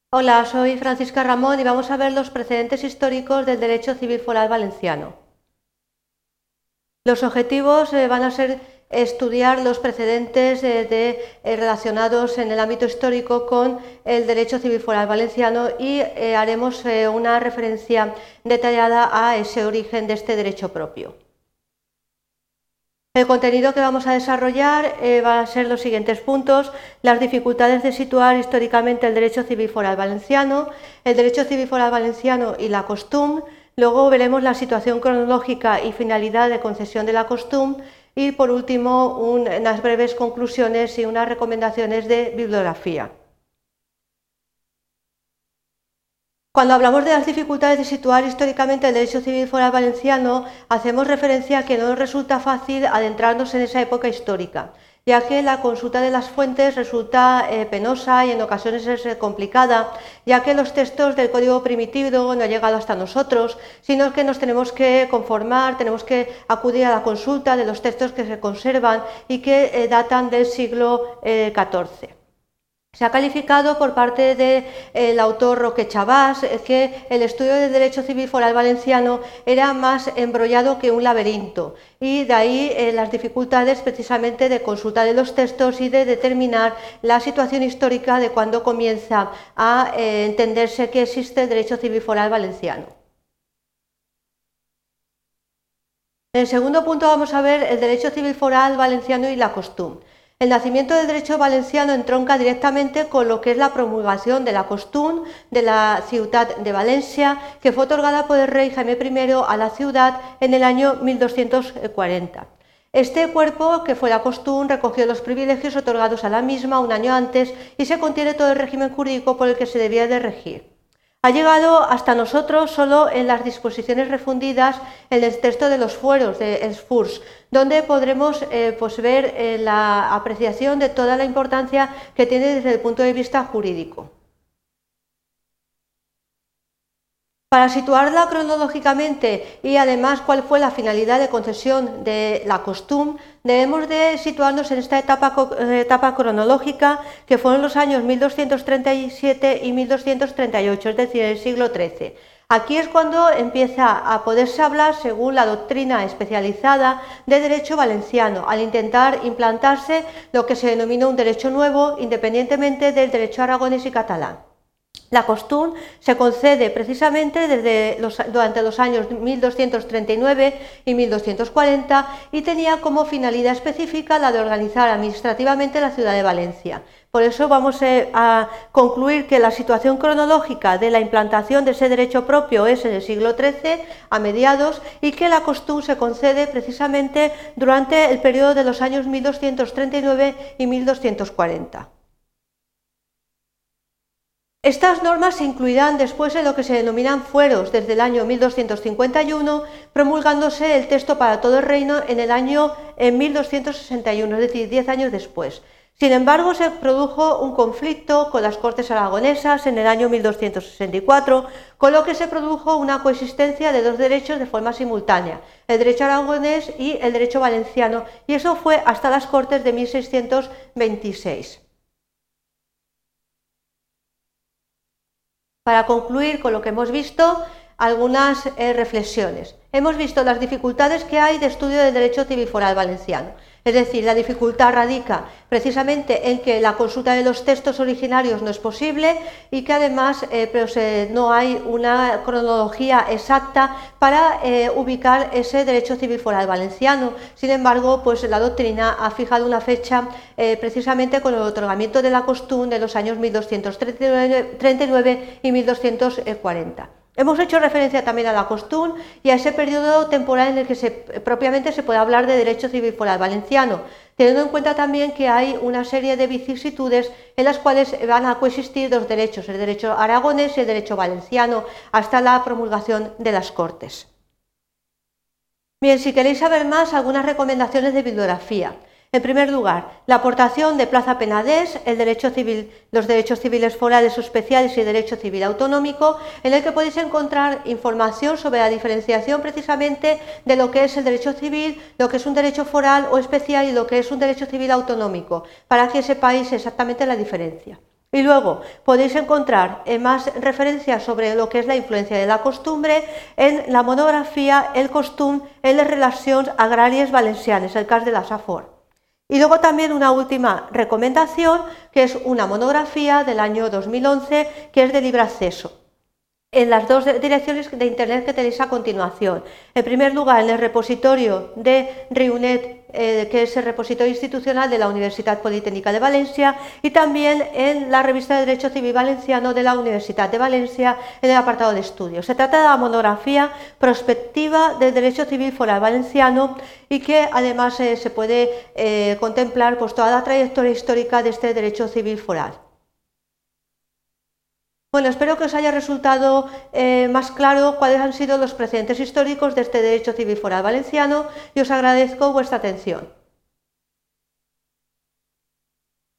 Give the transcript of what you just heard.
Hola, soy Francisca Ramón y vamos a ver los precedentes históricos del derecho civil foral valenciano. Los objetivos van a ser estudiar los precedentes relacionados en el ámbito histórico con el derecho civil foral valenciano y haremos una referencia detallada a ese origen de este derecho propio. El contenido que vamos a desarrollar va a ser los siguientes puntos: las dificultades de situar históricamente el derecho civil foral valenciano, el derecho civil foral valenciano y la costum. Luego veremos la situación cronológica y finalidad de concesión de la costum y por último unas breves conclusiones y unas recomendaciones de bibliografía. Cuando hablamos de las dificultades de situar históricamente el derecho civil foral valenciano, hacemos referencia a que no nos resulta fácil adentrarnos en esa época histórica, ya que la consulta de las fuentes resulta penosa y en ocasiones es complicada, ya que los textos del código primitivo no han llegado hasta nosotros, sino que nos tenemos que conformar, tenemos que acudir a la consulta de los textos que se conservan y que datan del siglo XIV. Se ha calificado por parte del autor Roque Chabás que el estudio del derecho civil foral valenciano era más embrollado que un laberinto, y de ahí las dificultades precisamente de consulta de los textos y de determinar la situación histórica de cuando comienza a entenderse que existe el derecho civil foral valenciano. En el segundo punto vamos a ver el derecho civil foral valenciano y la costum. El nacimiento del derecho valenciano entronca directamente con lo que es la promulgación de la costum de la ciudad de Valencia, que fue otorgada por el rey Jaime I a la ciudad en el año 1240. Este cuerpo, que fue la costum, recogió los privilegios otorgados a la misma un año antes y se contiene todo el régimen jurídico por el que se debía de regir. Ha llegado hasta nosotros solo en las disposiciones refundidas en el texto de los fueros de Esfurs, donde podremos ver la apreciación de toda la importancia que tiene desde el punto de vista jurídico. Para situarla cronológicamente y además cuál fue la finalidad de concesión de la costum, debemos de situarnos en esta etapa cronológica que fueron los años 1237 y 1238, es decir, el siglo XIII. Aquí es cuando empieza a poderse hablar, según la doctrina especializada, de derecho valenciano, al intentar implantarse lo que se denomina un derecho nuevo, independientemente del derecho aragonés y catalán. La costum se concede precisamente durante los años 1239 y 1240 y tenía como finalidad específica la de organizar administrativamente la ciudad de Valencia. Por eso vamos a concluir que la situación cronológica de la implantación de ese derecho propio es en el siglo XIII, a mediados, y que la costum se concede precisamente durante el periodo de los años 1239 y 1240. Estas normas se incluirán después en lo que se denominan fueros desde el año 1251, promulgándose el texto para todo el reino en el año 1261, es decir, 10 años después. Sin embargo, se produjo un conflicto con las Cortes aragonesas en el año 1264, con lo que se produjo una coexistencia de dos derechos de forma simultánea, el derecho aragonés y el derecho valenciano, y eso fue hasta las Cortes de 1626. Para concluir con lo que hemos visto, algunas reflexiones. Hemos visto las dificultades que hay de estudio del derecho civil foral valenciano. Es decir, la dificultad radica precisamente en que la consulta de los textos originarios no es posible y que además no hay una cronología exacta para ubicar ese derecho civil foral valenciano. Sin embargo, pues la doctrina ha fijado una fecha precisamente con el otorgamiento de la costum de los años 1239 y 1240. Hemos hecho referencia también a la costum y a ese periodo temporal en el que propiamente se puede hablar de derecho civil foral valenciano, teniendo en cuenta también que hay una serie de vicisitudes en las cuales van a coexistir dos derechos, el derecho aragonés y el derecho valenciano, hasta la promulgación de las Cortes. Bien, si queréis saber más, algunas recomendaciones de bibliografía. En primer lugar, la aportación de Plaza Penedès, los derechos civiles forales o especiales y derecho civil autonómico, en el que podéis encontrar información sobre la diferenciación precisamente de lo que es el derecho civil, lo que es un derecho foral o especial y lo que es un derecho civil autonómico, para que sepáis exactamente la diferencia. Y luego podéis encontrar más referencias sobre lo que es la influencia de la costumbre en la monografía El costum en les relacions agràries valencianes, el cas de la Safor. Y luego también una última recomendación, que es una monografía del año 2011, que es de libre acceso, en las dos direcciones de internet que tenéis a continuación. En primer lugar, en el repositorio de RIUNET, que es el repositorio institucional de la Universitat Politécnica de Valencia, y también en la revista de Derecho Civil Valenciano de la Universidad de Valencia, en el apartado de estudios. Se trata de la monografía prospectiva del Derecho Civil Foral Valenciano y que además se puede contemplar pues, toda la trayectoria histórica de este Derecho Civil Foral. Bueno, espero que os haya resultado más claro cuáles han sido los precedentes históricos de este Derecho Civil Foral Valenciano y os agradezco vuestra atención.